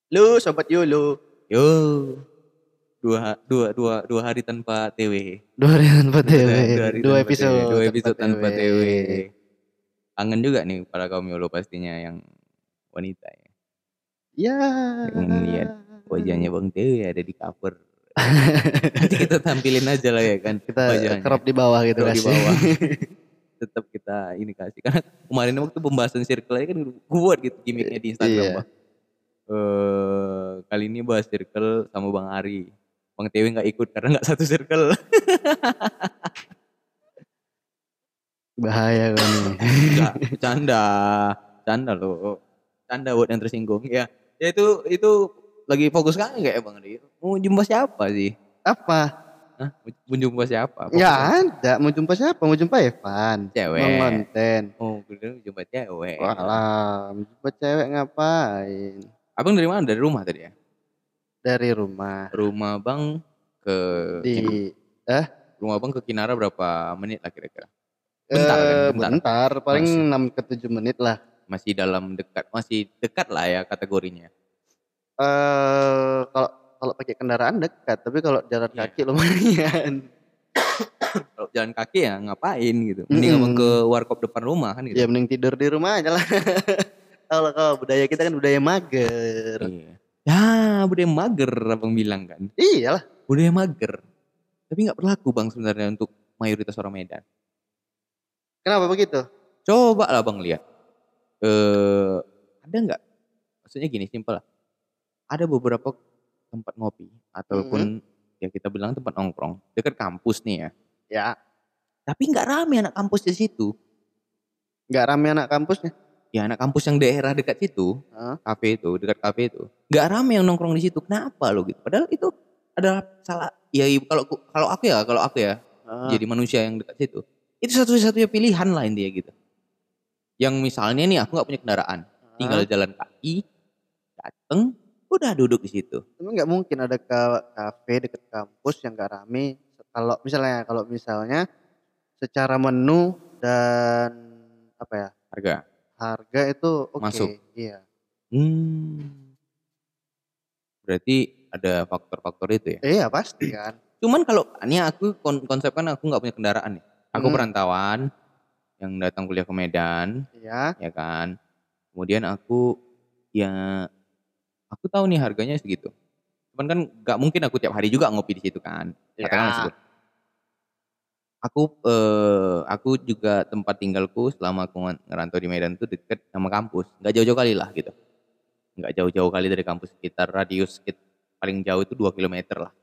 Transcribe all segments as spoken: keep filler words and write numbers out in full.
Lu sobat Yolo. Yo, dua, ha- dua, dua, dua hari tanpa T W. Dua hari tanpa Dua, T W. dua hari Dua tanpa T W. episode Dua tanpa episode T W. tanpa T W. Kangen juga nih para kaum Yolo pastinya yang wanita ya. Ya. Pengen lihat wajahnya Bang T W ada di cover. Nanti kita tampilin aja lah ya kan Kita wajahnya. crop di bawah gitu Crop di kasih. bawah. Tetap kita ini kasih karena kemarin waktu pembahasan circle kan gue buat gitu gimmicknya di Instagram Iya. Bang. Eh kali ini bahas circle sama Bang Ari. Bang Tewi nggak ikut karena nggak satu circle. Bahaya kan nih. Enggak, bercanda, bercanda loh, bercanda buat yang tersinggung. Ya, ya itu itu lagi fokus kan kayak Bang Ari. Mau jumpa siapa sih? Apa? Hah? Mau jumpa siapa? Ya Fokus aja. ada. Mau jumpa siapa? Mau jumpa Evan. Cewek. Bang konten. Oh, gue mau jumpa cewek. Walah, mau jumpa cewek ngapain? Abang dari mana? Dari rumah tadi ya? Dari rumah. Rumah Bang ke Di eh rumah Bang ke Kinara berapa menit lah kira-kira? Bentar kan? eh, Bentar. bentar, paling Masih. enam ke tujuh menit lah. Masih dalam dekat, masih dekat lah ya kategorinya. Eh kalau kalau pakai kendaraan dekat, tapi kalau jalan Iya. kaki lumayan. Kalau jalan kaki ya ngapain gitu. Mending Mm-mm. abang ke warkop depan rumah kan gitu. Ya mending tidur di rumah aja lah. Kalau kalau budaya kita kan budaya mager. Iya. Ya budaya mager abang bilang kan. Iyalah. Budaya mager. Tapi nggak berlaku bang sebenarnya untuk mayoritas orang Medan. Kenapa begitu? Coba lah bang lihat. Eh ada nggak? Maksudnya gini simpel lah. Ada beberapa tempat ngopi ataupun ya kita bilang tempat nongkrong dekat kampus nih ya. Ya, Tapi nggak rame anak kampus di situ. nggak rame anak kampusnya. Ya anak kampus yang daerah dekat situ, Hah? kafe itu, dekat kafe itu, nggak rame yang nongkrong di situ. Kenapa lo gitu? Padahal itu adalah salah. Ya i- kalau ku- kalau aku ya, kalau aku ya, Ah, jadi manusia yang dekat situ, itu satu-satunya pilihan lah intinya gitu. Yang misalnya nih aku nggak punya kendaraan, tinggal ah. jalan kaki, dateng, udah duduk di situ. Tapi nggak mungkin ada ka- kafe dekat kampus yang nggak rame. Kalau misalnya, kalau misalnya secara menu dan apa ya Harga, harga itu oke. masuk. Iya. Hmm, berarti ada faktor-faktor itu ya. Iya pasti kan. Cuman kalau ini aku kon- konsepkan aku nggak punya kendaraan nih. Aku Hmm. perantauan yang datang kuliah ke Medan, Iya. ya kan. Kemudian aku ya aku tahu nih harganya segitu. Cuman kan nggak mungkin aku tiap hari juga ngopi di situ kan. Katakanlah Ya. segitu. Aku eh, aku juga tempat tinggalku selama aku nge- ngerantau di Medan tuh deket sama kampus. Nggak jauh-jauh kali lah gitu. Nggak jauh-jauh kali dari kampus sekitar radius sekit- paling jauh itu dua kilometer lah.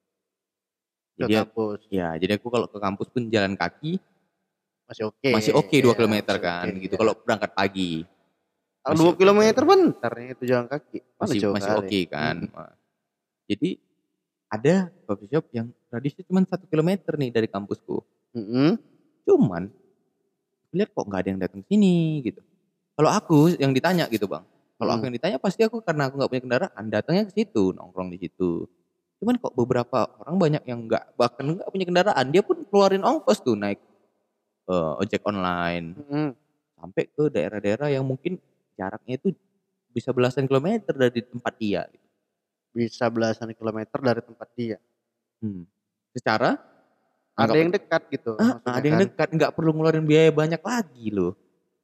Ke Jadi kampus ya jadi aku kalau ke kampus pun jalan kaki masih oke. masih oke dua Iya, kilometer masih kan oke, gitu iya. kalau berangkat pagi. Kalau Masih dua oke kilometer jalan. bentar nih itu jalan kaki. Mana Masih jauh masih kali. oke kan. Hmm. Wah. Jadi ada coffee shop yang radiusnya cuma satu kilometer nih dari kampusku. Mm-mm. Cuman lihat kok nggak ada yang datang sini gitu. Kalau aku yang ditanya gitu bang, kalau aku Mm. yang ditanya pasti aku karena aku nggak punya kendaraan datangnya ke situ nongkrong di situ. Cuman kok beberapa orang banyak yang nggak bahkan nggak punya kendaraan dia pun keluarin ongkos tuh naik eh, ojek online Mm-mm. sampai ke daerah-daerah yang mungkin jaraknya itu bisa belasan kilometer dari tempat dia. Gitu. Bisa belasan kilometer dari tempat dia. Hmm. Secara Ada anggap yang aja, dekat gitu. ah, maksudnya ada yang kan. dekat nggak perlu ngeluarin biaya banyak lagi loh.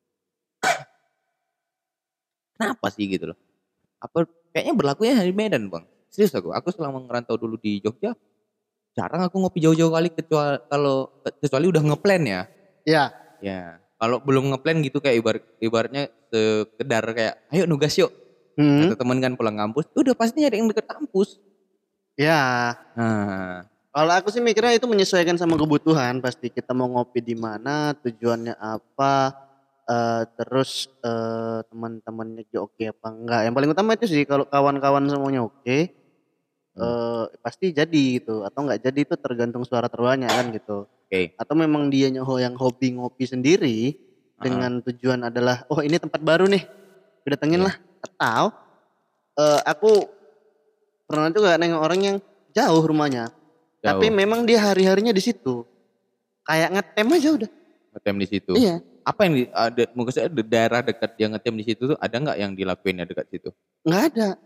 Kenapa sih gitu loh? Apa kayaknya berlakunya di Medan bang? Serius aku, aku selama ngerantau dulu di Jogja jarang aku ngopi jauh-jauh kali kecuali kalau kecuali udah ngeplan ya. Iya. Ya, kalau belum ngeplan gitu kayak ibarat ibaratnya sekedar kayak ayo nugas yuk. Hmm. Kata teman kan pulang kampus, udah pasti nyari yang deket kampus. Ya. Nah, Kalau aku sih mikirnya itu menyesuaikan sama kebutuhan. Pasti kita mau ngopi di mana, tujuannya apa, eh, terus eh, teman-temannya juga oke apa enggak. Yang paling utama itu sih kalau kawan-kawan semuanya oke, hmm, eh, pasti jadi gitu. Atau enggak jadi itu tergantung suara terbanyak kan gitu. oke. Atau memang dia nyoho yang hobi ngopi sendiri Heeh, dengan tujuan adalah oh ini tempat baru nih, datengin iya, lah. Atau eh, aku pernah juga nengok orang yang jauh rumahnya, tapi jauh. memang dia hari-harinya di situ. Kayak ngetem aja udah. Ngetem di situ. Iya, Apa yang di, ada mungkin saya di daerah dekat yang ngetem di situ tuh ada nggak yang dilakuin ya dekat situ? nggak ada.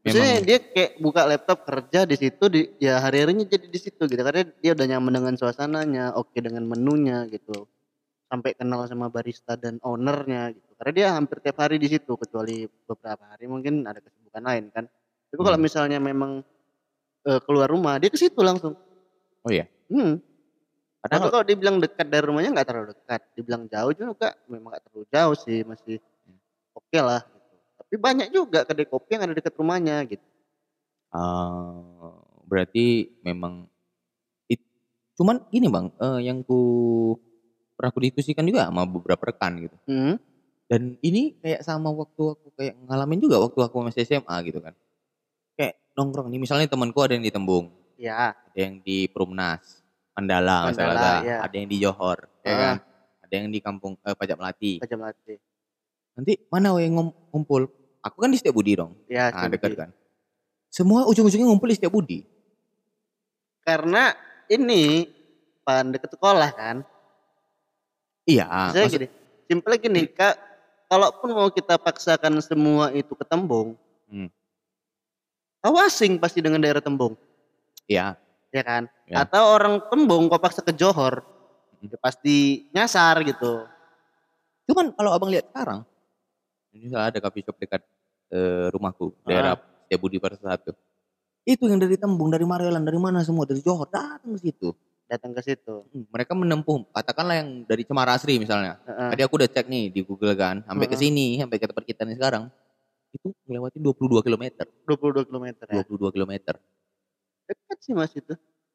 Maksudnya Memang dia kayak buka laptop kerja di situ di ya hari-harinya jadi di situ gitu karena dia udah nyaman dengan suasananya, oke dengan menunya gitu. Sampai kenal sama barista dan owner-nya gitu. Karena dia hampir tiap hari di situ kecuali beberapa hari mungkin ada kesibukan lain kan. Tapi kalau hmm. misalnya memang, eee, keluar rumah dia ke situ langsung. Oh iya? Mhm. Tapi Padahal kalau dibilang dekat dari rumahnya nggak terlalu dekat, dibilang jauh juga memang nggak terlalu jauh sih, masih okelah gitu. Tapi banyak juga kedai kopi yang ada dekat rumahnya gitu. oh, berarti memang it cuman gini Bang, eee, yang ku pernah kudiskusikan juga sama beberapa rekan gitu. Mhm. Dan ini kayak sama waktu aku kayak ngalamin juga waktu aku masih S M A gitu kan. Kayak nongkrong nih misalnya temanku ada yang di Tembung, Iya, ada yang di Perumnas, Mandala nggak salah Mandala, kata, iya. ada yang di Johor, ya kan, Heeh, ada yang di kampung, eee, Pajak Melati. Raja Melati. Nanti mana we ngum ngumpul, aku kan di Setiabudi dong, Iya, nah deket Setiabudi. kan. Semua ujung-ujungnya ngumpul di Setiabudi. Karena ini pan deket sekolah kan. Iya, Misalnya maksud gini, simpelnya gini, Kak, kalaupun mau kita paksakan semua itu ke Tembung, mmm, kau asing pasti dengan daerah Tembung, iya, ya kan? iya, Atau orang Tembung kau paksa ke Johor, mhm. ya pasti nyasar gitu. Cuman kalau Abang lihat sekarang, ini misalnya ada coffee shop dekat, eee, rumahku, Heeh, daerah Setiabudi Parsa satu. Itu yang dari Tembung, dari Marelan, dari mana semua, dari Johor datang ke situ. datang ke situ. Mhm, mereka menempuh katakanlah yang dari Cemara Asri misalnya. Heeh, Tadi aku udah cek nih di Google kan, sampai ke heeh, sini, sampai ke tempat kita nih sekarang, itu melewati dua puluh dua kilometer, dua puluh dua kilometer ya. dua puluh dua kilometer. Dekat sih Mas itu.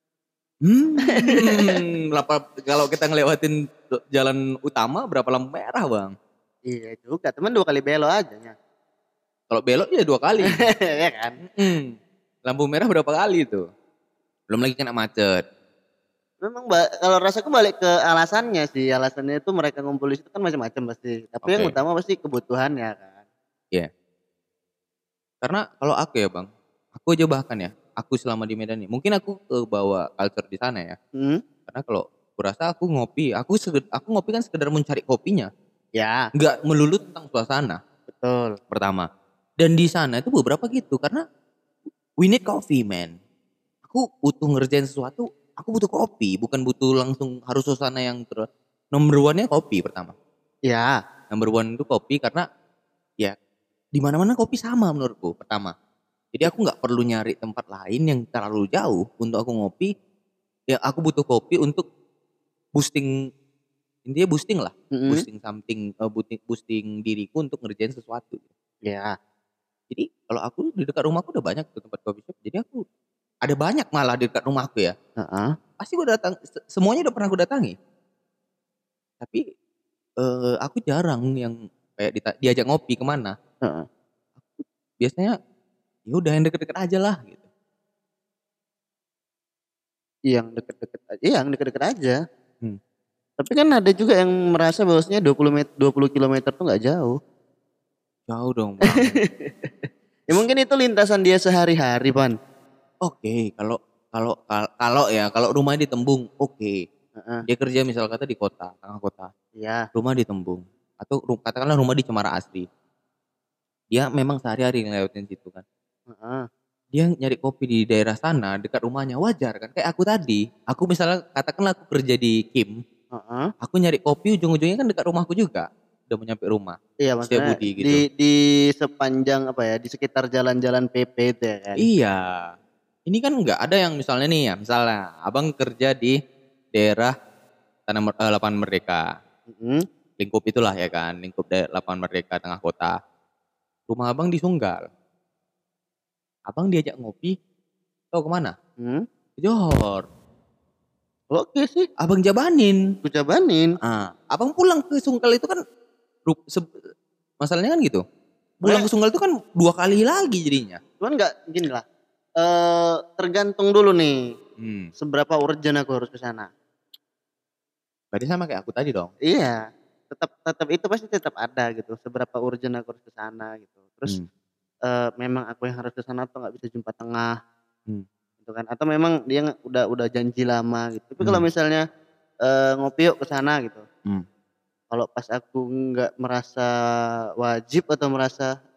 Hmm, lapa kalau kita ngelewatin do jalan utama berapa lampu merah, Bang. Iya juga, cuman dua kali belok aja nya. Kalau belok ya dua kali. Ya kan? Mhm, lampu merah berapa kali itu. Belum lagi kena macet. Memang ba kalau rasaku balik ke alasannya sih, alasannya itu mereka ngumpul di situ kan macam-macam pasti, tapi yang Oke, utama pasti kebutuhannya kan. iya. Karena kalau aku ya, Bang, aku aja bahkan ya, aku selama di Medan nih, mungkin aku kebawa culture di sana ya. Mhm, Karena kalau kurasa aku ngopi, aku seged aku ngopi kan sekedar mencari kopinya, ya, nggak melulu tentang suasana, betul. pertama. Dan di sana itu beberapa gitu, karena we need coffee man. Aku butuh ngerjain sesuatu, aku butuh kopi, bukan butuh langsung harus suasana yang ter nomor one-nya kopi pertama. Ya, Number one itu kopi karena ya di mana-mana kopi sama menurutku pertama. Jadi aku nggak perlu nyari tempat lain yang terlalu jauh untuk aku ngopi. Ya aku butuh kopi untuk boosting. Intinya boosting lah, mhm, boosting something, eee, boosting boosting diriku untuk ngerjain sesuatu. ya, Jadi kalau aku di dekat rumahku udah banyak tuh tempat coffee shop, jadi aku ada banyak malah di dekat rumahku ya. heeh, Pasti gua datang se semuanya udah pernah aku datangi, tapi, eee, aku jarang yang kayak dita diajak ngopi ke mana, heeh. biasanya ya udah yang deket-deket aja lah gitu. Yang deket-deket a iya yang deket-deket aja. Hmm, Tapi kan ada juga yang merasa bahwasanya dua puluh met dua puluh kilometer tuh nggak jauh. jauh dong Bang. Ya mungkin itu lintasan dia sehari-hari, Pan. Oke kalau kalau kal kalau ya, kalau rumahnya di Tembung, oke. Heeh, Dia kerja misal kata di kota, tengah kota. iya, Rumah di Tembung, atau ru katakanlah rumah di Cemara Asri, dia memang sehari-hari ngelewatin situ kan. heeh, Dia nyari kopi di daerah sana dekat rumahnya, wajar kan, kayak aku tadi, aku misalnya katakanlah aku kerja di Kim, heeh. aku nyari kopi ujung-ujungnya kan dekat rumahku juga, udah mau nyampe rumah, Iya maksudnya Setiabudi di gitu. di sepanjang apa ya, di sekitar jalan-jalan P P itu ya kan? Iya, ini kan nggak ada yang misalnya nih ya, misalnya Abang kerja di daerah Tanah Mer eee, Lapangan Merdeka, Mhm, lingkup itulah ya kan, lingkup da Lapangan Merdeka tengah kota, rumah Abang di Sunggal. Abang diajak ngopi, tahu ke mana? mhm. Ke Johor. Oke sih, Abang jabanin. ku jabanin. Ah, Abang pulang ke Sunggal itu kan rup seb masalahnya kan gitu. Pulang Makanya ke Sunggal itu kan dua kali lagi jadinya. cuman nggak ginilah, eee, tergantung dulu nih, Hmm, seberapa urgent aku harus ke sana. berarti sama kayak aku tadi dong. Iya, tetap tetap itu pasti tetap ada gitu, seberapa urgent aku harus ke sana gitu. Terus, Hmm, eee, memang aku yang harus ke sana atau nggak bisa jumpa tengah hmm, gitu kan, atau memang dia nge udah udah janji lama gitu. Tapi kalau hmm, misalnya, eee, ngopi yuk ke sana gitu, hmm. kalau pas aku nggak merasa wajib atau merasa, "Ah nggak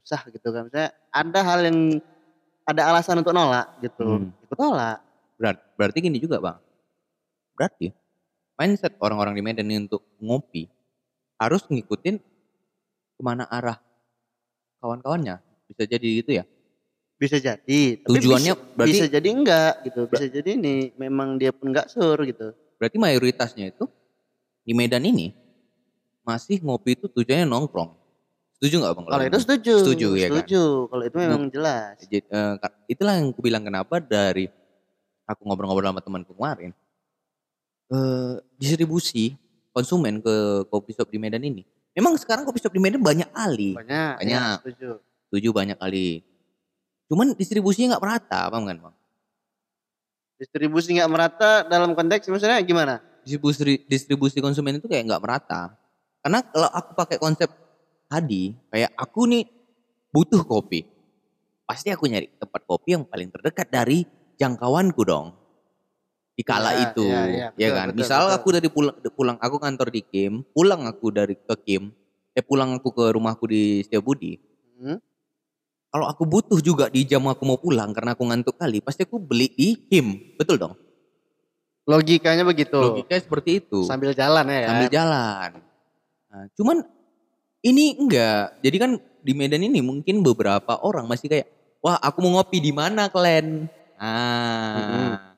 usah gitu kan. Misalnya ada hal yang ada alasan untuk nolak gitu, Hmm. ikut tolak. Berat, berarti gini juga bang. Berarti mindset orang-orang di Medan ini untuk ngopi harus ngikutin kemana arah kawan-kawannya. Bisa jadi gitu ya. Bisa jadi, tapi Tujuannya bisa berarti bisa jadi enggak gitu, ber- bisa jadi ini memang dia pun nggak sur gitu. berarti mayoritasnya itu di Medan ini masih ngopi itu tujuannya nongkrong. Setuju nggak bang? Kalau Kalau yang itu begitu? setuju, Setuju ya kan. setuju. Kalau itu Mu- memang jelas. Jadi, eh, ka- itulah yang aku bilang kenapa dari aku ngobrol-ngobrol sama temanku kemarin, eh, distribusi konsumen ke kopi shop di Medan ini. Memang sekarang kopi shop di Medan banyak kali, Banyak, ya banyak, setuju. setuju banyak kali. Cuman distribusinya nggak merata, paham kan bang? Distribusi nggak merata dalam konteks misalnya gimana? Distribusi distribusi konsumen itu kayak nggak merata. Karena kalau aku pakai konsep tadi, kayak aku nih butuh kopi, pasti aku nyari tempat kopi yang paling terdekat dari jangkauanku dong. Di kala Iya, iya, itu, iya, ya betul, kan. betul, Misal betul. aku dari pulang, pulang aku kantor di Kim, pulang aku dari ke Kim, eh pulang aku ke rumahku di Setiabudi. Hmm? Kalau aku butuh juga di jam aku mau pulang karena aku ngantuk kali, pasti aku beli di Kim, betul dong. Logikanya begitu. Logikanya seperti itu, Sambil jalan ya sambil kan. jalan. Nah, cuman ini enggak. Jadi kan di Medan ini mungkin beberapa orang masih kayak, wah aku mau ngopi di mana kalian? Mm-mm. Ah,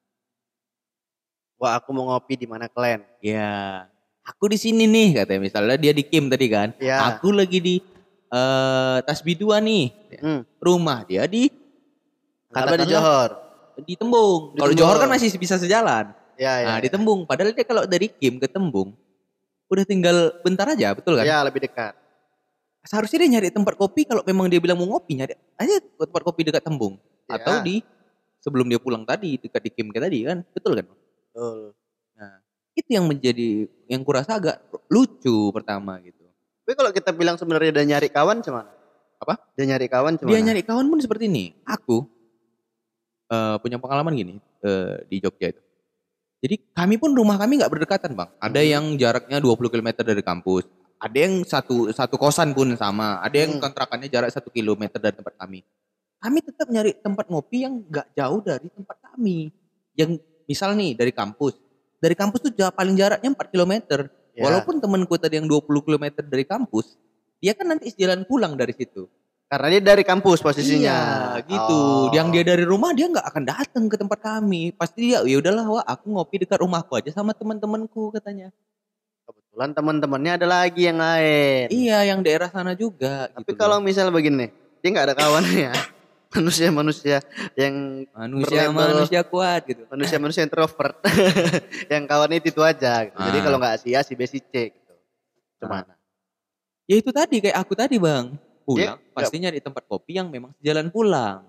Wah, aku mau ngopi di mana kalian? ya. Aku di sini nih katanya. Misalnya dia di Kim tadi kan. Iya. Aku lagi di eh Tasbih dua nih. Hmm. Rumah dia di Apa di katakanlah Johor? di Tembung. Di Kalau Johor kan Tembung. masih bisa sejalan. Ya, ya, Nah, di ya. Tembung. Padahal dia kalau dari Kim ke Tembung udah tinggal bentar aja, betul kan? Ya, lebih dekat. Seharusnya dia nyari tempat kopi kalau memang dia bilang mau ngopi, nyari aja tempat kopi dekat Tembung atau Ya, di sebelum dia pulang tadi dekat di Kim kayak tadi kan, betul kan? betul. Nah, itu yang menjadi yang kurasa agak lucu pertama gitu. Tapi kalau kita bilang sebenarnya dia nyari kawan cuman Apa? dia nyari kawan Dia cuman nyari kawan pun seperti ini. Aku eh, punya pengalaman gini eh, di Jogja itu. Jadi kami pun rumah kami nggak berdekatan bang. Ada Hmm. yang jaraknya dua puluh kilometer dari kampus. Ada yang satu satu kosan pun sama. Ada yang Hmm. kontrakannya jarak satu kilometer dari tempat kami. Kami tetap nyari tempat ngopi yang nggak jauh dari tempat kami. Yang misal nih dari kampus. Dari kampus tuh ja- paling jaraknya empat kilometer. Ya. Walaupun temanku tadi yang dua puluh kilometer dari kampus. Dia kan nanti jalan pulang dari situ. Karena dia dari kampus posisinya. Iya, gitu. Oh. Yang dia dari rumah dia nggak akan datang ke tempat kami. Pasti dia, ya udahlah, wah aku ngopi dekat rumahku aja sama teman-temanku katanya. Kebetulan teman-temannya ada lagi yang lain. Iya, yang daerah sana juga. Tapi gitu kalau loh. misal begini, dia nggak ada kawannya. Manusia-manusia yang manusia berlabel manusia kuat gitu. manusia-manusia introvert. Yang kawannya itu, itu aja gitu. Jadi Ah. kalau nggak si A, si B, si C gitu. Cuman. Ya itu tadi kayak aku tadi bang, pulang Dia- pasti nyari tempat kopi yang memang sejalan pulang.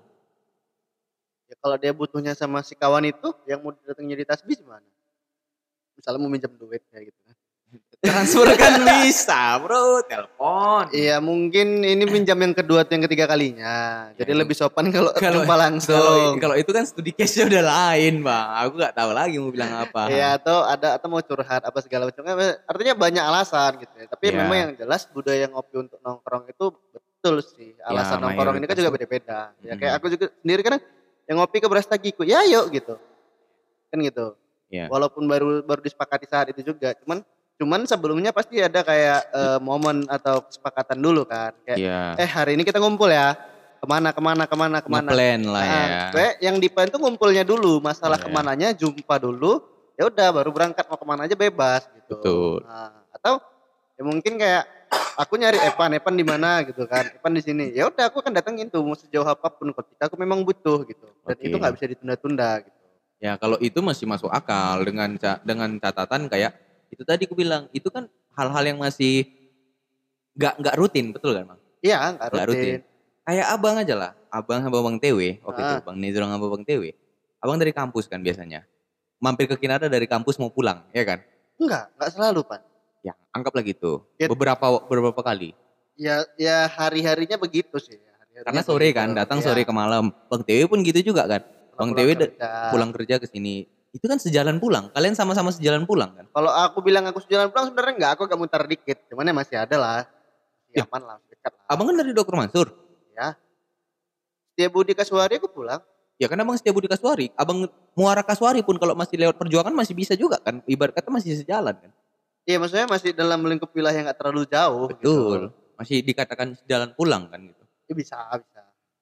Ya, kalau dia butuhnya sama si kawan itu yang mau datang jadi tasbih gimana? Misalnya mau minjem duit kayak gitu kan. Transfer kan bisa bro, telepon. Iya mungkin ini pinjam yang kedua atau yang ketiga kalinya. Jadi Ya, itu- lebih sopan kalau Kalau jumpa langsung. kalau kalau itu kan studi case-nya udah lain bang, aku nggak tahu lagi mau bilang apa. Iya atau ada atau mau curhat apa segala macam. Artinya banyak alasan gitu ya. Tapi Iya. memang yang jelas budaya ngopi untuk nongkrong itu betul sih. Alasan nongkrong ini kan juga mayoritas beda-beda. Ya Mm-mm. kayak aku juga sendiri kan yang ngopi ke Beras Tagiku. Ya yuk gitu. Kan gitu. Iya. Walaupun baru baru disepakati saat itu juga. Cuman cuman sebelumnya pasti ada kayak eh, momen atau kesepakatan dulu kan. Kayak Iya. eh hari ini kita ngumpul ya. Kemana kemana kemana kemana. Ngeplan lah Nah, ya. gue yang di plan tuh ngumpulnya dulu, masalah Iya. kemananya jumpa dulu, ya udah baru berangkat mau kemana aja bebas gitu. Betul. Nah, atau ya mungkin kayak aku nyari Evan, Evan di mana gitu kan, Evan di sini. Ya udah aku akan datengin tuh mau sejauh apapun ketika aku memang butuh gitu. Dan Oke. itu nggak bisa ditunda-tunda gitu. Ya kalau itu masih masuk akal dengan ca- dengan catatan kayak itu tadi aku bilang itu kan hal-hal yang masih nggak nggak rutin, betul kan bang? Iya nggak Nggak rutin. rutin. Kayak abang aja lah, abang sama bang T W waktu itu, Ah. bang Nizrong sama bang T W. Abang dari kampus kan biasanya, mampir ke Kinara dari kampus mau pulang, ya kan? Enggak, enggak selalu Pan. Ya anggaplah gitu, Ya. beberapa beberapa kali. Ya ya hari-harinya begitu sih. Hari-harinya Karena sore begitu. kan, datang Iya. sore ke malam. Bang T W pun gitu juga kan. Bang T W Pulang da- kerja. pulang kerja ke sini. Itu kan sejalan pulang. Kalian sama-sama sejalan pulang kan? Kalau aku bilang aku sejalan pulang sebenarnya enggak, aku agak muter dikit. Cuman ya masih ada lah. Ya. Masih aman lah, masih dekat lah. Abang kan dari Dokter Mansur? Ya. Setiabudi Kasuari aku pulang. Ya kan abang Setiabudi Kasuari. Abang Muara Kasuari pun kalau masih lewat Perjuangan masih bisa juga kan. Ibarat kata masih sejalan kan. Iya maksudnya masih dalam lingkup wilayah yang gak terlalu jauh Betul. gitu. Masih dikatakan jalan pulang kan gitu. Ya bisa, bisa.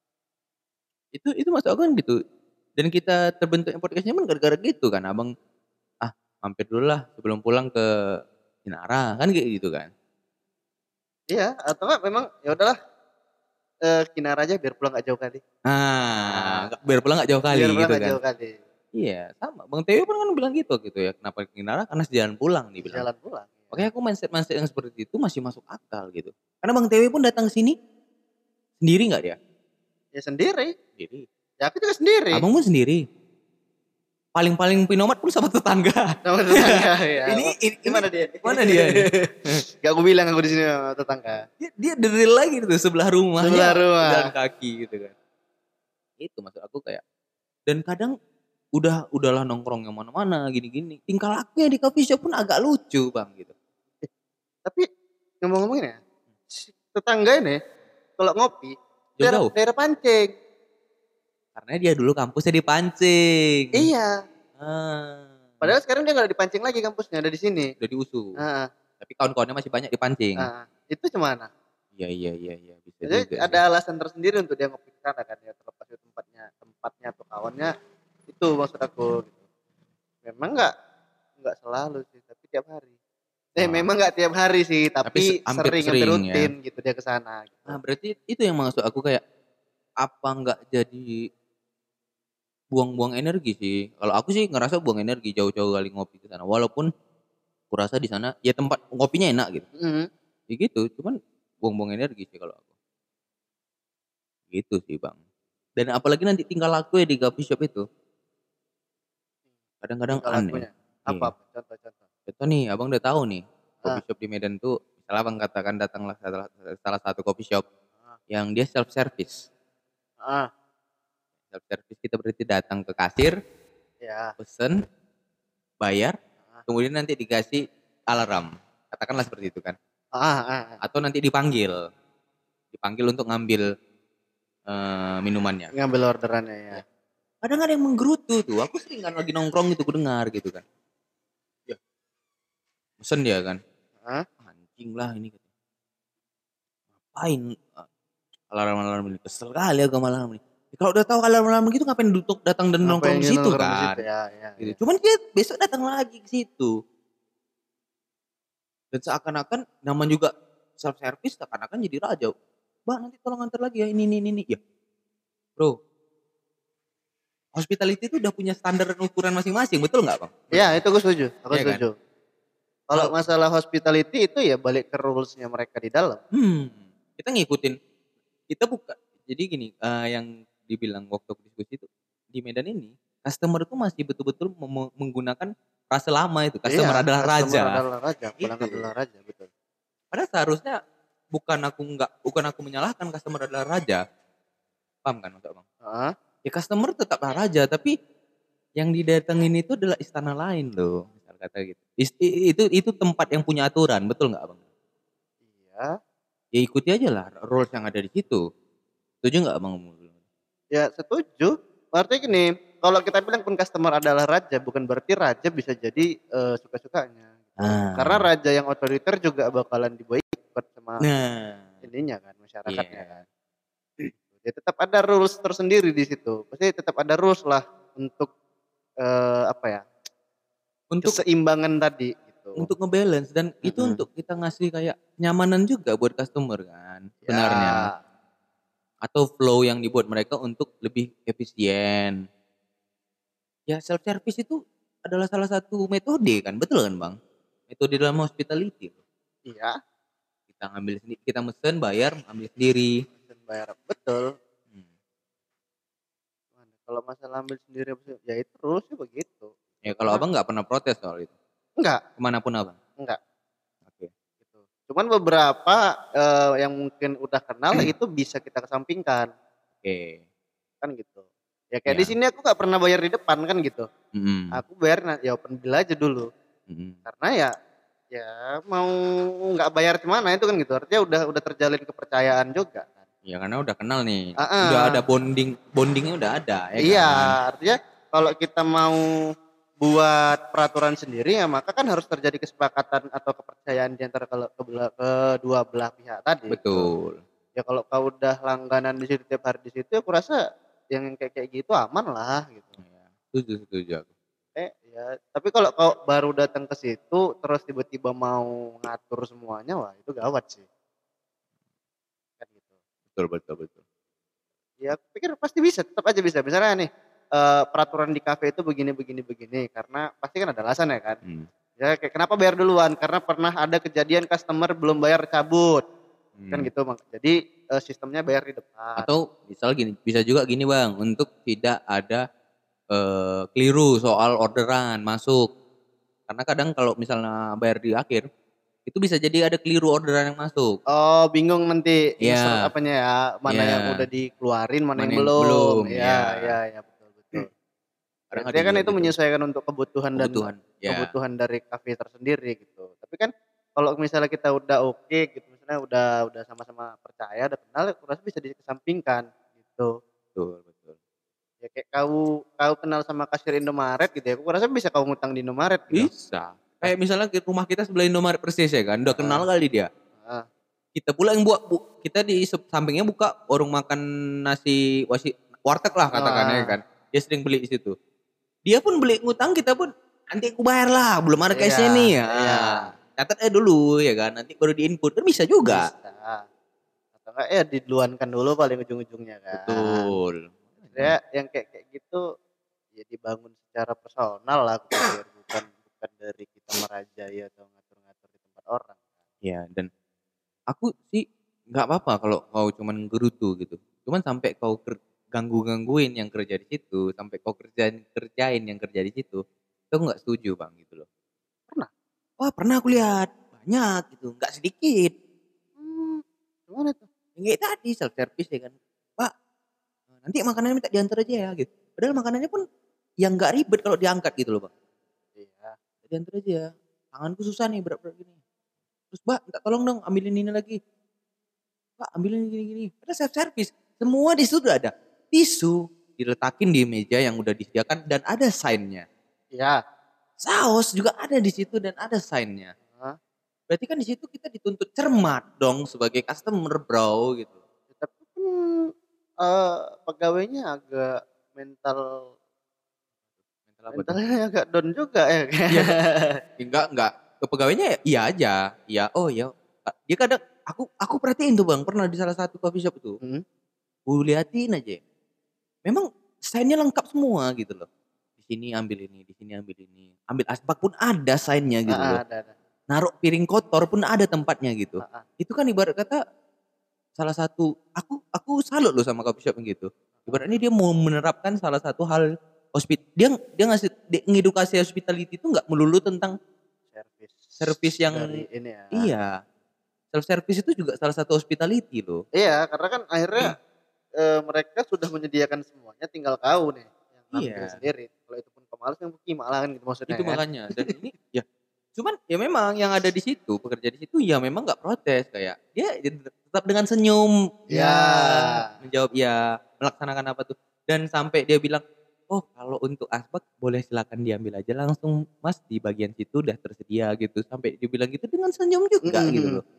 Itu itu masuk aku kan gitu. Dan kita terbentuknya podcastnya kan gara-gara gitu kan. Abang, ah mampir dulu lah sebelum pulang ke Kinara. Kan kayak gitu kan. Iya, atau enggak memang ya udahlah. Eh, Kinara aja biar pulang gak jauh kali. Nah, biar pulang gak jauh kali Biar pulang gitu gak kan. jauh kali. Iya, sama. Bang Tewi pun kan bilang gitu gitu ya. Kenapa ke Kinara? Karena sejalan pulang nih bilang. Jalan pulang. Makanya aku mindset-mindset yang seperti itu masih masuk akal gitu. Karena Bang Tewi pun datang ke sini sendiri nggak dia? Ya sendiri. Sendiri. Ya aku juga sendiri. Abang pun sendiri. Paling-paling Pinomat pun sama tetangga. Sama tetangga ya. ini, ini, Gimana dia? Mana dia? Nih? Gak aku bilang aku di sini sama tetangga. Dia, dia the real lagi gitu sebelah rumahnya. Sebelah rumah. Jalan kaki gitu kan. Itu maksud aku kayak. Dan kadang udah udahlah nongkrong yang mana-mana gini-gini. Tingkah lakunya di coffee shop pun agak lucu bang gitu. Tapi ngomong-ngomongin ya, tetangga ini kalau ngopi daerah, Jauh-jauh. daerah Pancing. Karena dia dulu kampusnya di Pancing. Iya. Ah. Padahal sekarang dia nggak ada di Pancing lagi kampusnya, ada di sini. Udah diusung. Ah. Tapi kawan-kawannya masih banyak di Pancing. Ah. Itu cemana? Iya iya iya iya bisa Jadi juga. ada Sih. alasan tersendiri untuk dia ngopi ke sana kan ya, terlepas itu tempatnya, tempatnya atau kawannya itu maksud aku. Gitu. Memang nggak nggak selalu sih, tapi tiap hari. Eh Wah. memang nggak tiap hari sih, tapi, tapi se- hampir sering, sering hampir rutin ya. gitu dia ke sana. Gitu. Nah berarti itu yang maksud aku kayak apa nggak jadi buang-buang energi sih. Kalau aku sih ngerasa buang energi jauh-jauh kali ngopi ke sana. Walaupun kurasa di sana ya tempat ngopinya enak gitu. Mm-hmm. Ya gitu, cuman buang-buang energi sih kalau aku. Gitu sih bang. Dan apalagi nanti tinggal laku ya di coffee shop itu. Kadang-kadang aneh. Apa? Iya. Contoh-contoh. Contoh nih, abang udah tahu nih coffee Ah. shop di Medan tuh. Misalnya abang katakan datanglah salah, salah satu coffee shop Ah. yang dia self service. Ah. Self service kita berarti datang ke kasir, Ya. pesen, bayar, Ah. kemudian nanti dikasih alarm. Katakanlah seperti itu kan. Ah, ah, ah. Atau nanti dipanggil. Dipanggil untuk ngambil uh, minumannya. Ngambil orderannya ya. Ya. Kadang ada yang menggerutu tuh. Aku sering kan lagi nongkrong gitu, aku dengar gitu kan. Ya. Pesen dia kan. Ah. Anjing lah ini. Ngapain alarm-alarm ini? Kesel kali aku sama alarm ini. Ya, kalau udah tahu alarm-alarm gitu ngapain duduk datang dan nongkrong di situ kan. Situ, ya, ya, gitu. ya. Cuman dia besok datang lagi ke situ. Dan seakan-akan nama juga self service seakan-akan jadi raja. Mbak nanti tolong antar lagi ya ini ini ini. Ya. Bro. Hospitality itu udah punya standar dan ukuran masing-masing, betul nggak bang? Iya itu gue setuju, aku ya, setuju. Kan? Kalau masalah hospitality itu ya balik ke rulesnya mereka di dalam. Hmm, kita ngikutin, kita buka. Jadi gini, uh, yang dibilang waktu diskusi itu di Medan ini, customer itu masih betul-betul mem- menggunakan frase lama itu, customer iya, adalah customer raja. adalah raja, pelanggan Gitu. adalah raja, betul. Padahal seharusnya bukan aku nggak, bukan aku menyalahkan customer adalah raja, paham kan maksud bang? Uh-huh. Ya customer tetaplah raja, tapi yang didatengin itu adalah istana lain loh, misal kata gitu. Itu itu tempat yang punya aturan, betul nggak bang? Iya. Ya ikuti aja lah rules yang ada di situ. Setuju nggak bang? Ya setuju. Artinya gini, kalau kita bilang pun customer adalah raja, bukan berarti raja bisa jadi uh, suka-sukanya. Gitu. Ah. Karena raja yang otoriter juga bakalan diboikot sama nah. ininya kan, masyarakatnya Yeah. kan. Ya tetap ada rules tersendiri di situ. Pasti tetap ada rules lah untuk uh, apa ya? Untuk keseimbangan tadi gitu. Untuk ngebalance dan mm-hmm. itu untuk kita ngasih kayak nyamanan juga buat customer kan sebenarnya. Ya. Atau flow yang dibuat mereka untuk lebih efisien. Ya self service itu adalah salah satu metode kan, betul kan bang? Metode dalam hospitality. Iya. Kita ngambil sendiri, kita mesen bayar, ambil sendiri. Mesen bayar, betul. Hmm. Kalau masalah ambil sendiri, ya itu terus sih begitu. Ya kalau abang nggak pernah protes soal itu? Enggak. Kemanapun abang? Enggak. Oke. Okay. Gitu. Cuman beberapa uh, yang mungkin udah kenal itu bisa kita kesampingkan. Oke. Okay. Kan gitu. Ya kayak ya. di sini aku nggak pernah bayar di depan kan gitu. Mm-hmm. Aku bayar ya open bill aja dulu. Mm-hmm. Karena ya Ya mau nggak bayar gimana itu kan gitu, artinya udah udah terjalin kepercayaan juga kan. Ya karena udah kenal nih, udah ada Heeh. bonding bondingnya udah ada ya Iya, kan. artinya kalau kita mau buat peraturan sendiri ya maka kan harus terjadi kesepakatan atau kepercayaan di antara kele kebela kedua belah pihak tadi gitu. Betul. Ya kalau kau udah langganan di situ tiap hari di situ, aku rasa yang kayak kayak gitu aman lah gitu. Iya, setuju setuju aku. Eh, ya tapi kalau kau baru datang ke situ terus tiba-tiba mau ngatur semuanya, wah itu gawat sih. Kan gitu. Betul betul betul. Ya aku pikir pasti bisa, tetap aja bisa. Misalnya nih, eee, peraturan di kafe itu begini begini begini, karena pasti kan ada alasan ya kan. Mmm, Ya kayak kenapa bayar duluan, karena pernah ada kejadian customer belum bayar cabut, kan mmm. gitu mak jadi, eee, sistemnya bayar di depan. Atau misal gini, bisa juga gini Bang, untuk tidak ada, eee, keliru soal orderan masuk. Karena kadang kalau misalnya bayar di akhir, itu bisa jadi ada keliru orderan yang masuk. Oh bingung nanti insert Iya apanya ya, mana iya, yang udah dikeluarin, mana mana yang yang belum. belum, Iya iya. iya iya, betul betul. Ya Kadang ada intinya kan juga itu gitu, menyesuaikan untuk kebutuhan dan kebutuhan. Ya, kebutuhan dari kafe tersendiri gitu. Tapi kan kalau misalnya kita udah oke gitu, misalnya udah udah sama-sama percaya, udah kenal, aku rasa bisa dikesampingkan gitu. betul betul. Ya kayak kau kau kenal sama kasir Indomaret gitu ya, aku rasa bisa kau ngutang di Indomaret gitu. Bisa. Pas Kayak misalnya ke rumah kita sebelah Indomaret persis ya kan, udah heeh kenal kali dia. heeh. Kita pula yang buat bu kita di sep sampingnya buka warung makan nasi wasi warteg lah katakannya ya Wah, kan. Dia sering beli di situ. Dia pun beli ngutang, kita pun, "Nanti aku bayar lah, belum ada iya cash-nya nih." iya, Ah, catat aja dulu ya kan, nanti baru di-input, kan bisa juga. bisa. Atau enggak ya diduluankan dulu paling ujung-ujungnya kan. Betul. Maksudnya yang kayak kayak gitu, ya dibangun secara personal lah aku pikir, bukan bukan dari kita merajai atau ngatur-ngatur di tempat orang. Iya, dan aku sih nggak apa-apa kalau kau cuman gerutu gitu. Cuman sampai kau ker ganggu-gangguin yang kerja di situ, sampai kau kerjain kerjain yang kerja di situ, itu aku nggak setuju Bang, gitu loh. Pernah? Wah pernah aku lihat, banyak gitu, nggak sedikit. Mmm, gimana tuh? Yang kayak tadi self service ya kan, "Pak, nanti makanannya minta diantar aja ya," gitu. Padahal makanannya pun yang nggak ribet kalau diangkat gitu loh Bang. Iya. "Diantar aja, tanganku susah nih berat-berat gini." Terus, "Mbak minta tolong dong ambilin ini lagi, Pak ambilin gini-gini." Padahal self service, semua di situ udah ada. Tisu diletakin di meja yang udah disediakan dan ada sign-nya. Iya, Saus juga ada di situ dan ada sign-nya. heeh. Berarti kan di situ kita dituntut cermat dong sebagai customer, Bro, gitu. Ya tapi kan, eee, pegawainya agak mental Mental apa tuh? mentalnya agak down juga ya kan? Iya, Kak. Enggak enggak, ke pegawainya ya iya aja, iya, oh iya, Kak, dia kadang aku aku perhatiin tuh Bang, pernah di salah satu coffee shop tuh, Mhm, kuliatin aja, memang sign-nya lengkap semua gitu loh. Di sini ambil ini, di sini ambil ini, ambil asbak pun ada sign-nya gitu heeh, loh, ada ada, naruh piring kotor pun ada tempatnya gitu. heeh, Itu kan ibarat kata salah satu aku aku salut loh sama coffee shop yang gitu. heeh. Ibaratnya dia mau menerapkan salah satu hal hospit dia dia ngasih dia ngedukasi hospitality itu nggak melulu tentang Servis service yang dari ini ya. iya, self service itu juga salah satu hospitality loh. Iya, karena kan akhirnya, eee, mereka sudah menyediakan semuanya tinggal kau nih yang ngambil Iya, sendiri. Kalau itu pun kau males yang gimana kan gitu maksudnya itu kan? makanya dan ini ya cuman ya memang yang ada di situ, pekerja di situ ya memang nggak protes kayak dia ya tetap dengan senyum, Iya, ya menjawab iya, melaksanakan apa tuh dan sampai dia bilang, "Oh kalau untuk asbak boleh silakan diambil aja langsung Mas di bagian situ udah tersedia," gitu. Sampai dia bilang gitu dengan senyum mhm juga gitu mhm. loh.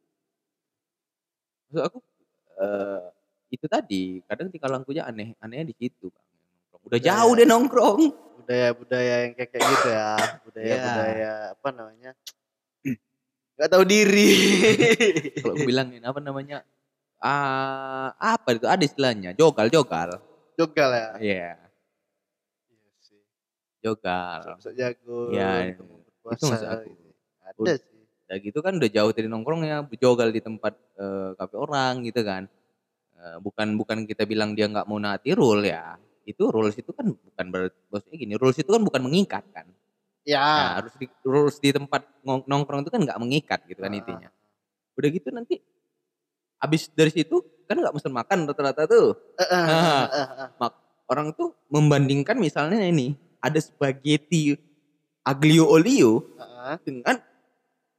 Maksud aku, eee, itu tadi, kadang tingkah lakunya aneh, anehnya di situ, Bang, nongkrong. Udah jauh Budaya dia nongkrong. budaya-budaya yang kayak kayak gitu ya, Iya, budaya-budaya apa namanya, nggak tahu diri. kalau aku bilangin, apa namanya, ah, apa itu, ada istilahnya, jogal-jogal. Jogal ya? Iya, Iya sih, jogal. sok-sok jago Iya, untuk itu berkuasa maksud aku. gitu. Ada Ud sih. udah gitu kan udah jauh dari nongkrongnya, bejogal di tempat, eee, kafe orang gitu kan. Eee, bukan bukan kita bilang dia nggak mau naati rule ya, itu rules itu kan bukan berat maksudnya gini, rules itu kan bukan mengikat kan. Ya Ya, harus di rules di tempat ngong nongkrong itu kan nggak mengikat gitu kan heeh intinya. Udah gitu nanti habis dari situ kan nggak mesen makan rata-rata tuh. heeh heeh Nah, heeh heeh. mak orang tuh membandingkan misalnya ini, ada spaghetti aglio olio Heeh. dengan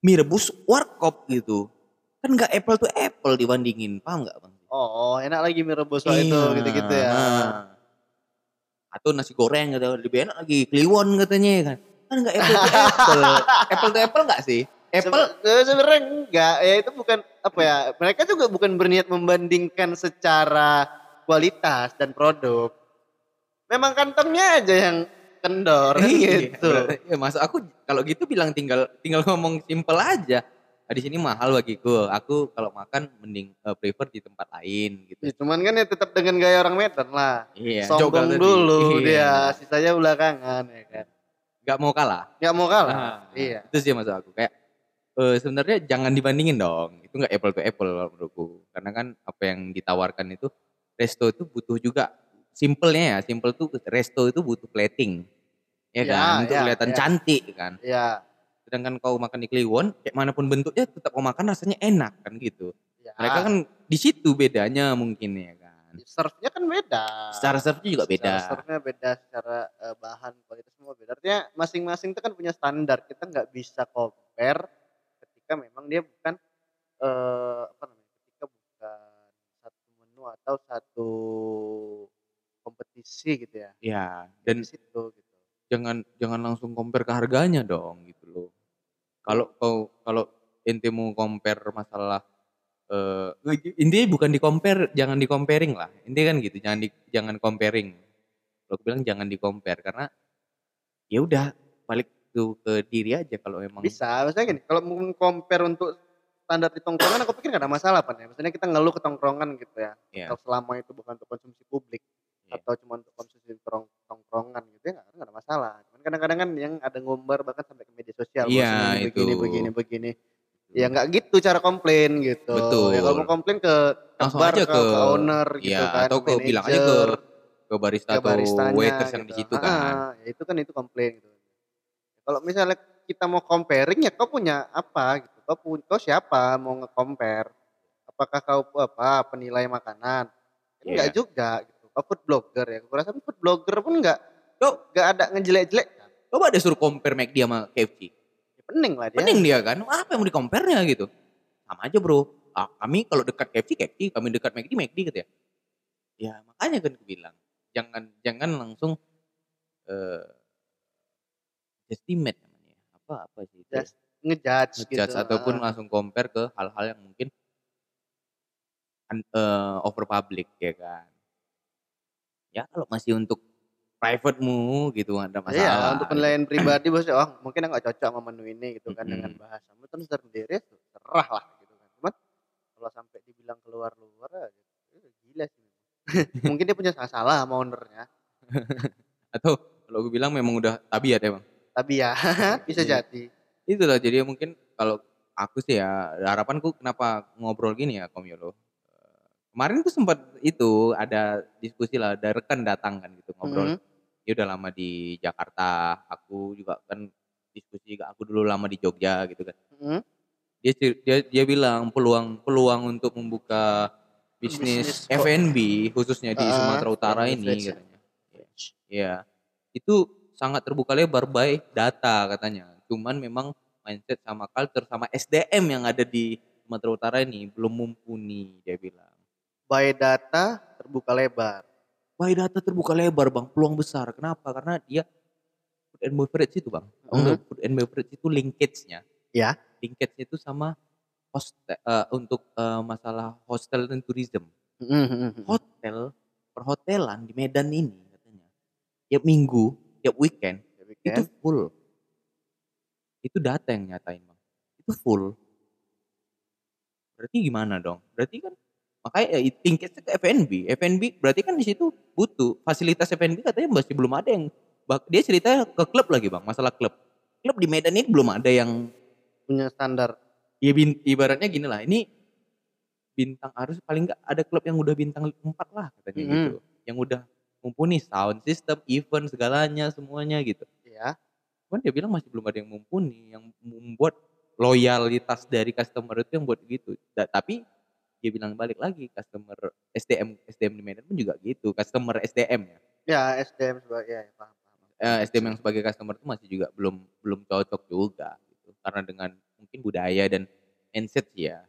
mie rebus warkop gitu. Kan nggak apple to apple dibandingin, paham nggak bang? Oh, enak lagi mie rebus soal itu Iya, gitu-gitu ya. nah. Atau nasi goreng gitu, lebih enak lagi, kliwon katanya ya kan. Kan nggak apple to apple. Apple to apple nggak sih? Apple, Sebe- eh, sebenarnya enggak, ya itu bukan apa ya, mereka juga bukan berniat membandingkan secara kualitas dan produk. Memang kantongnya aja yang kendor kan iya, gitu. berarti ya masuk aku kalau gitu bilang tinggal tinggal ngomong simple aja. Ah, di sini mahal bagiku. Aku kalau makan mending eh, prefer di tempat lain gitu. Ya, cuman kan ya tetap dengan gaya orang Medan lah. Iya, jogal Sombong tadi. dulu dia, Iya, sisanya belakangan ya kan. nggak mau kalah. Nggak mau kalah. Nah, Iya. itu sih maksud aku kayak eh, sebenarnya jangan dibandingin dong. Itu nggak apple to apple kalau menurutku. Karena kan apa yang ditawarkan itu resto itu butuh juga simpelnya ya, simple tuh resto itu butuh plating. Ya kan, Ya, untuk ya, kelihatan ya. cantik kan. Ya, Sedangkan kau makan di Kliwon, kayak manapun bentuknya tetap kau makan rasanya enak kan gitu. Mereka kan ya. di situ bedanya mungkin ya kan. Serve-nya kan beda. Secara serve juga beda. Secara serve-nya beda, secara eh, bahan kualitas semua beda. Artinya masing-masing itu kan punya standar. Kita nggak bisa compare ketika memang dia bukan eh, apa namanya? Ketika bukan satu menu atau satu kompetisi gitu ya. Ya, Ya di dan situ gitu. jangan jangan langsung compare ke harganya dong gitu loh. Kalau kau kalau ente mau compare masalah eh intinya bukan di compare, jangan di comparing lah. Intinya kan gitu, jangan di jangan comparing. Kalau aku bilang jangan di compare karena ya udah balik tuh ke diri aja kalau emang Bisa, maksudnya gini, kalau mau compare untuk standar di tongkrongan aku pikir nggak ada masalah Pan ya. Maksudnya kita ngeluh ke tongkrongan gitu ya. ya, Kalau selama itu bukan untuk konsumsi publik ya. atau cuma untuk konsumsi tong- tongkrongan gitu ya nggak nggak ada masalah. Cuman kadang-kadang kan yang ada ngumbar bahkan sampai ke media sosial Iya bahwasanya ini itu. begini begini begini. Ya Betul. nggak gitu cara komplain gitu. Ya kalau mau Betul. komplain ke ke Langsung bar aja ke ke ke owner gitu ya kan, atau ke ke bilang aja ke manajer, ke barista ke atau baristanya waiters yang di gitu. situ kan. Ah, ya itu kan itu komplain gitu. Kalau misalnya kita mau comparing ya kau punya apa gitu, kau pu kau siapa mau nge-compare? Apakah kau apa, penilai makanan? Kan enggak Iya. juga gitu, kau food blogger ya, aku rasa food blogger pun enggak Yuk, enggak ada ngejelek-jelekan, coba deh suruh compare McD sama K F C. ya pening lah dia. Pening dia kan. Apa yang mau di-compare-nya gitu. Sama aja, Bro. Ah, kami kalau dekat K F C, K F C, kami dekat McD, McD gitu ya. Ya, makanya kan aku bilang, jangan jangan langsung eh estimate namanya. Apa apa sih itu ya? Just ngejudge gitu, Ngejudge ataupun heeh. langsung compare ke hal-hal yang mungkin eh, over public ya kan. Ya kalau masih untuk private-mu gitu nggak ada Iya, masalah untuk gitu. penilaian pribadi maksudnya, oh mungkin enggak cocok sama menu ini gitu kan dengan Mm-mm. bahasamu terus sendiri terserah lah gitu kan. Cuman kalau sampai dibilang keluar-luar ya gitu, gila sih. Mungkin dia punya salah sama owner-nya. Atau kalau aku bilang memang udah tabiat ya bang. Tapi ya bisa Iya. jadi. Itulah jadi mungkin kalau aku sih ya harapanku kenapa ngobrol gini ya Kom Yolo. Kemarin tuh sempat itu ada diskusi lah, ada rekan datang kan gitu ngobrol. Mhm, Dia udah lama di Jakarta, aku juga kan diskusi juga aku dulu lama di Jogja gitu kan. mhm. Dia cer- dia dia bilang peluang peluang untuk membuka bisnis Bisnis kok F and B khususnya di heeh, Sumatera food and Utara ini beverage ya. katanya. Iya. Itu sangat terbuka lebar by data katanya. Cuman memang mindset sama culture sama S D M yang ada di Sumatera Utara ini belum mumpuni dia bilang. By data terbuka lebar. By data terbuka lebar bang, peluang besar. Kenapa? Karena dia food and beverage itu bang. Tahu nggak Mhm, food and beverage itu linkage-nya. iya. Linkage-nya itu sama host eh, untuk eh, masalah hostel dan tourism. Mhm mhm mhm. Hotel, perhotelan di Medan ini katanya. Tiap minggu, tiap weekend Ya itu weekend. full. Itu data yang nyatain bang. Itu full. Berarti gimana dong? Berarti kan makanya ya tingkatnya ke F and B. F and B berarti kan di situ butuh fasilitas F and B katanya masih belum ada yang bak- dia cerita ke klub lagi bang, masalah klub. Klub di Medan ini belum ada yang Punya standar. ya bin- ibaratnya gini lah. Ini bintang harus paling nggak ada klub yang udah bintang empat lah katanya gitu. Mhm, Yang udah mumpuni sound system, event segalanya semuanya gitu. iya. Cuman dia bilang masih belum ada yang mumpuni yang membuat loyalitas dari customer itu yang buat gitu. Da- tapi dia bilang balik lagi customer S D M S D M di Medan pun juga gitu, customer S D M ya. Ya S D M sebagai ya, ya paham paham. Eh, Ngerti S D M sih. yang sebagai customer itu masih juga belum belum cocok juga gitu. Karena dengan mungkin budaya dan mindset sih ya.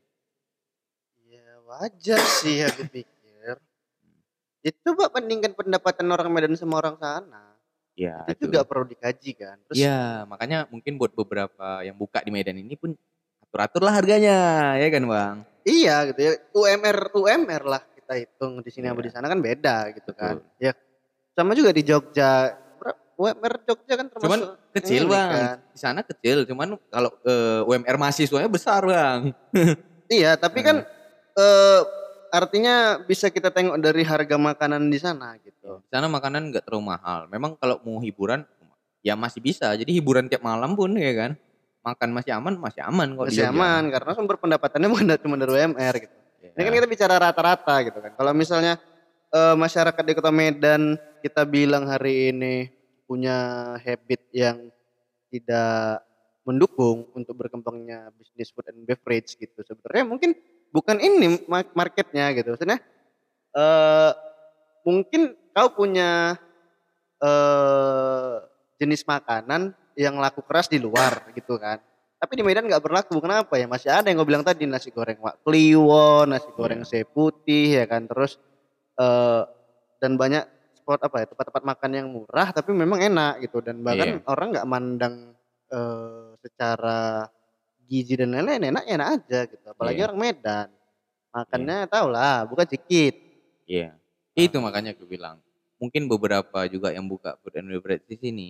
Ya wajar sih aku pikir. Ya coba bandingkan pendapatan orang Medan sama orang sana. Ya Itu juga itu. perlu dikaji kan. Terus Iya, makanya mungkin buat beberapa yang buka di Medan ini pun atur-atur lah harganya, ya kan Bang? iya gitu ya, U M R U M R lah kita hitung di sini sama di Iya, sana kan beda gitu kan. betul. Ya sama juga di Jogja. Bra- U M R Jogja kan Cuman termasuk kecil ini Bang, di, kan. di sana kecil, cuman kalau eh, U M R mahasiswanya besar Bang. Iya, tapi kan Heeh. eh artinya bisa kita tengok dari harga makanan di sana Ya, gitu. di sana makanan nggak terlalu mahal. Memang kalau mau hiburan, ya masih bisa. Jadi hiburan tiap malam pun ya kan, makan masih aman, masih aman kok di Masih Jogja. aman karena sumber pendapatannya bukan dari- cuma dari U M R gitu. Ini kan Ya, kita bicara rata-rata gitu kan. Kalau misalnya eh, masyarakat di Kota Medan kita bilang hari ini punya habit yang tidak mendukung untuk berkembangnya bisnis food and beverage gitu. Sebenarnya mungkin bukan ini ma- marketnya gitu. Maksudnya eh mungkin kau punya eh jenis makanan yang laku keras di luar gitu kan. Tapi di Medan nggak berlaku. Kenapa ya? Masih ada yang gue bilang tadi nasi goreng wak kliwon, nasi goreng ya, sei putih ya kan. Terus eh dan banyak spot apa ya tempat-tempat makan yang murah tapi memang enak gitu dan bahkan iya, orang nggak mandang eh, secara gizi dan lain-lain enak enak aja gitu apalagi iya, orang Medan iya, makannya tau lah bukan sedikit. iya. Itu Eh, makanya aku bilang, mungkin beberapa juga yang buka food and beverage di sini,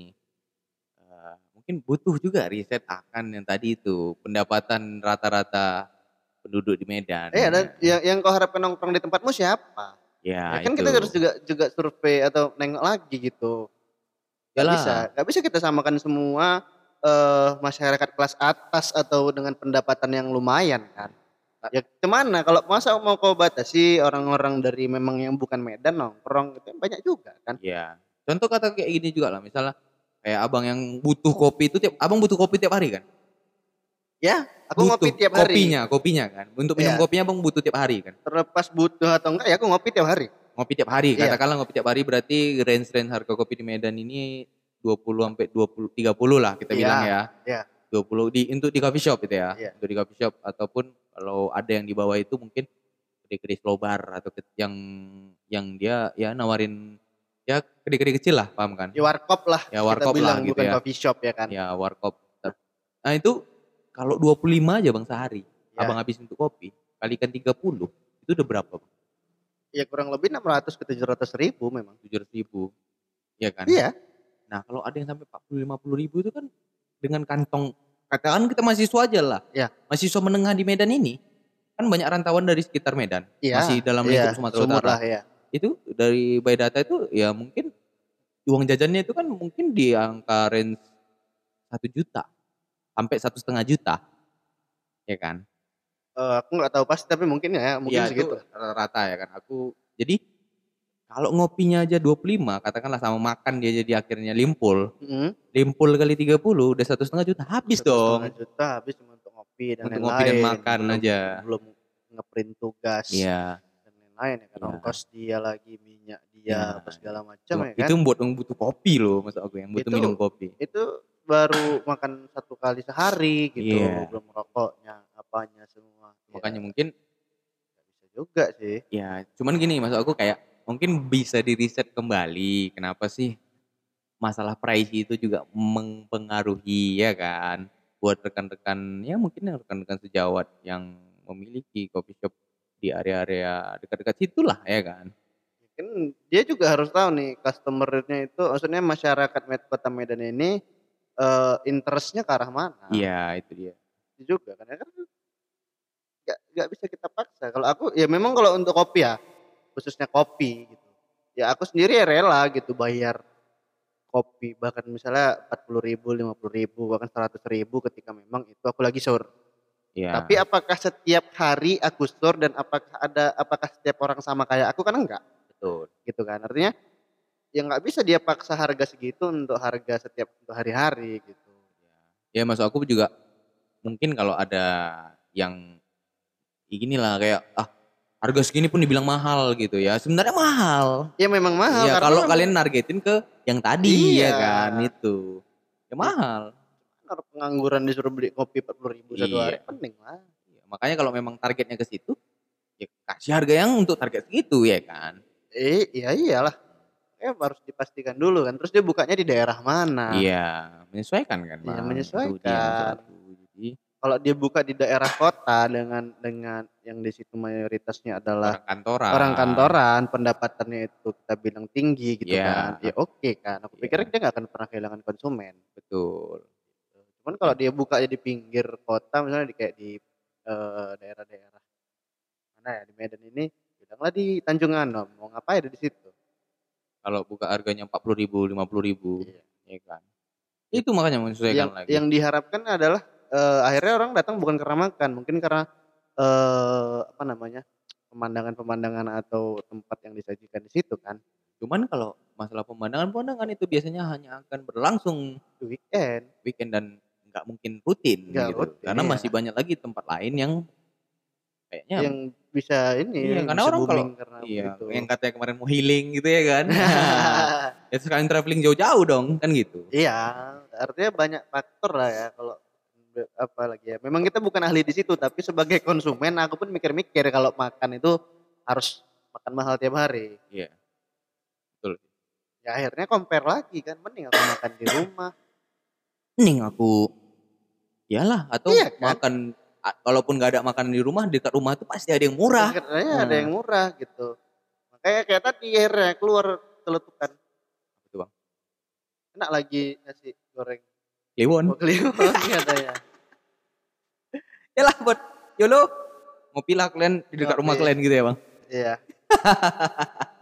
eh, mungkin butuh juga riset akan yang tadi itu pendapatan rata-rata penduduk di Medan. eh dan Ya, yang yang kau harapkan nongkrong di tempatmu siapa ya ya kan kita harus itu. juga juga survei atau nengok lagi gitu. Nggak bisa, Yalah, nggak bisa kita samakan semua eh, masyarakat kelas atas atau dengan pendapatan yang lumayan kan. Ya kemana? Kalau masa mau kau batasi orang-orang dari memang yang bukan Medan nongkrong itu banyak juga kan. ya. Contoh kata kayak gini juga lah, misalnya kayak abang yang butuh kopi itu tiap, abang butuh kopi tiap hari kan? Ya, aku ngopi Butuh tiap hari. kopinya, kopinya kan. Untuk minum Ya, kopinya abang butuh tiap hari kan? terlepas butuh atau enggak ya aku ngopi tiap hari. Ngopi tiap hari, Iya, katakanlah ngopi tiap hari berarti range-range harga kopi di Medan ini dua puluh sampai dua puluh tiga puluh lah kita bilang iya, ya. iya, dua puluh di untuk di coffee shop itu ya. iya. Untuk di coffee shop ataupun kalau ada yang di bawah itu mungkin kedai-kedai slow bar atau ke- yang yang dia ya nawarin ya kedai-kedai kecil lah, paham kan? Di warkop lah Ya kita warkop lah bilang gitu bukan ya. coffee shop ya kan. Ya warkop. Nah itu kalau dua puluh lima aja Bang sehari, Ya, abang habis untuk kopi, kalikan tiga puluh, itu udah berapa Bang? ya kurang lebih enam ratus ke tujuh ratus ribu memang. tujuh ratus ribu, ya kan? Iya, Nah kalau ada yang sampai empat puluh lima puluh ribu itu kan dengan kantong, katakan kita mahasiswa aja lah, iya, mahasiswa menengah di Medan ini, kan banyak rantauan dari sekitar Medan, iya, masih dalam iya, lingkup Sumatera sumut Utara. lah ya. Itu dari by data itu ya mungkin uang jajannya itu kan mungkin di angka range satu juta sampai satu setengah juta, ya kan? Eh, aku nggak tahu pasti tapi mungkin ya, mungkin Ya itu segitu. rata ya kan. Aku jadi kalau ngopinya aja dua puluh lima, katakanlah sama makan dia jadi akhirnya limpul. Mm. Limpul kali tiga pul udah satu setengah juta habis Satu setengah dong juta habis cuma untuk ngopi dan untuk ngopi dan lain-lain. makan Belum aja. belum ngeprint tugas Iya, dan lain-lain ya kan iya, ongkos dia lagi minyak iya. dia apa segala macam Itu, ya itu kan. buat yang butuh kopi loh, maksud aku yang butuh Itu minum kopi. itu baru makan satu kali sehari gitu, Iya, belum rokoknya, apanya semua. Ya makanya mungkin nggak bisa juga sih. ya cuman gini maksud aku kayak mungkin bisa diriset kembali kenapa sih masalah pricey itu juga mempengaruhi ya kan buat rekan-rekan ya mungkin yang rekan-rekan sejawat yang memiliki coffee shop di area-area dekat-dekat situ lah ya kan. Kan dia juga harus tahu nih customernya itu maksudnya masyarakat Met- Kota Medan ini eh interestnya ke arah mana. Iya itu dia. Itu juga kan ya kan nggak nggak bisa kita paksa. Kalau aku ya memang kalau untuk kopi ya khususnya kopi gitu. Ya aku sendiri ya rela gitu bayar kopi bahkan misalnya empat puluh ribu, lima puluh ribu, bahkan seratus ribu ketika memang itu aku lagi sur. Tapi Iya apakah setiap hari aku sur dan apakah ada apakah setiap orang sama kayak aku kan enggak betul. gitu kan. Artinya ya nggak bisa dia paksa harga segitu untuk harga setiap untuk hari-hari gitu. Ya maksud aku juga mungkin kalau ada yang gini lah kayak ah harga segini pun dibilang mahal gitu ya sebenarnya mahal. Ya memang mahal Iya karena kalau memang kalian nargetin ke yang tadi ya iya. kan itu ya Ya, mahal. Orang pengangguran disuruh beli kopi empat puluh ribu satu hari, Iya. pening lah. Iya, makanya kalau memang targetnya ke situ, ya kasih harga yang untuk target segitu ya kan. Eh, iya iyalah. Ya harus dipastikan dulu kan, terus dia bukanya di daerah mana. Iya, menyesuaikan kan Iya, Bang, itu dia maksud menyesuaikan. aku. Jadi Kalau dia buka di daerah kota dengan dengan yang di situ mayoritasnya adalah orang orang kantoran. kantoran, pendapatannya itu kita bilang tinggi gitu kan, Iya. ya oke kan. Aku pikir Iya. dia nggak akan pernah kehilangan konsumen. Betul. Cuman kalau dia bukanya di pinggir kota misalnya di kayak di, eee, daerah-daerah mana ya, di Medan ini, bilanglah di Tanjung Anom, mau ngapain ada di situ. Kalau buka harganya empat puluh ribu, lima puluh ribu, Iya. ya kan. It Itu makanya menyesuaikan yang lagi. yang diharapkan adalah, eee, akhirnya orang datang bukan karena makan, mungkin karena, eee, apa namanya, pemandangan-pemandangan atau tempat yang disajikan di situ kan. Cuman kalau masalah pemandangan-pemandangan itu biasanya hanya akan berlangsung Weekend, weekend dan nggak mungkin rutin nggak gitu. rutin, Karena iya. masih banyak lagi tempat lain yang kayaknya Yang bisa iya, ini, karena bisa orang kalau booming karena iya, itu. yang katanya kemarin mau healing gitu ya kan. Ya sekalian travelling jauh-jauh dong, kan gitu. Iya, artinya banyak faktor lah ya kalau be apalagi ya, memang kita bukan ahli di situ, tapi sebagai konsumen aku pun mikir-mikir kalau makan itu harus makan mahal tiap hari. Iya, betul. Ya akhirnya compare lagi kan, mending aku makan di rumah. Mending aku iyalah atau Iya kan? makan a kalaupun nggak ada makanan di rumah, dekat rumah tuh pasti ada yang murah. Sebenarnya ada Nah, yang murah gitu. Makanya kayak tadi akhirnya keluar celetukan, gitu Bang. enak lagi nasi goreng Kliwon. mau Kliwon katanya. Yalah buat YOLO, ngopi lah kalian di dekat rumah Ngopi, kalian gitu ya Bang. iya.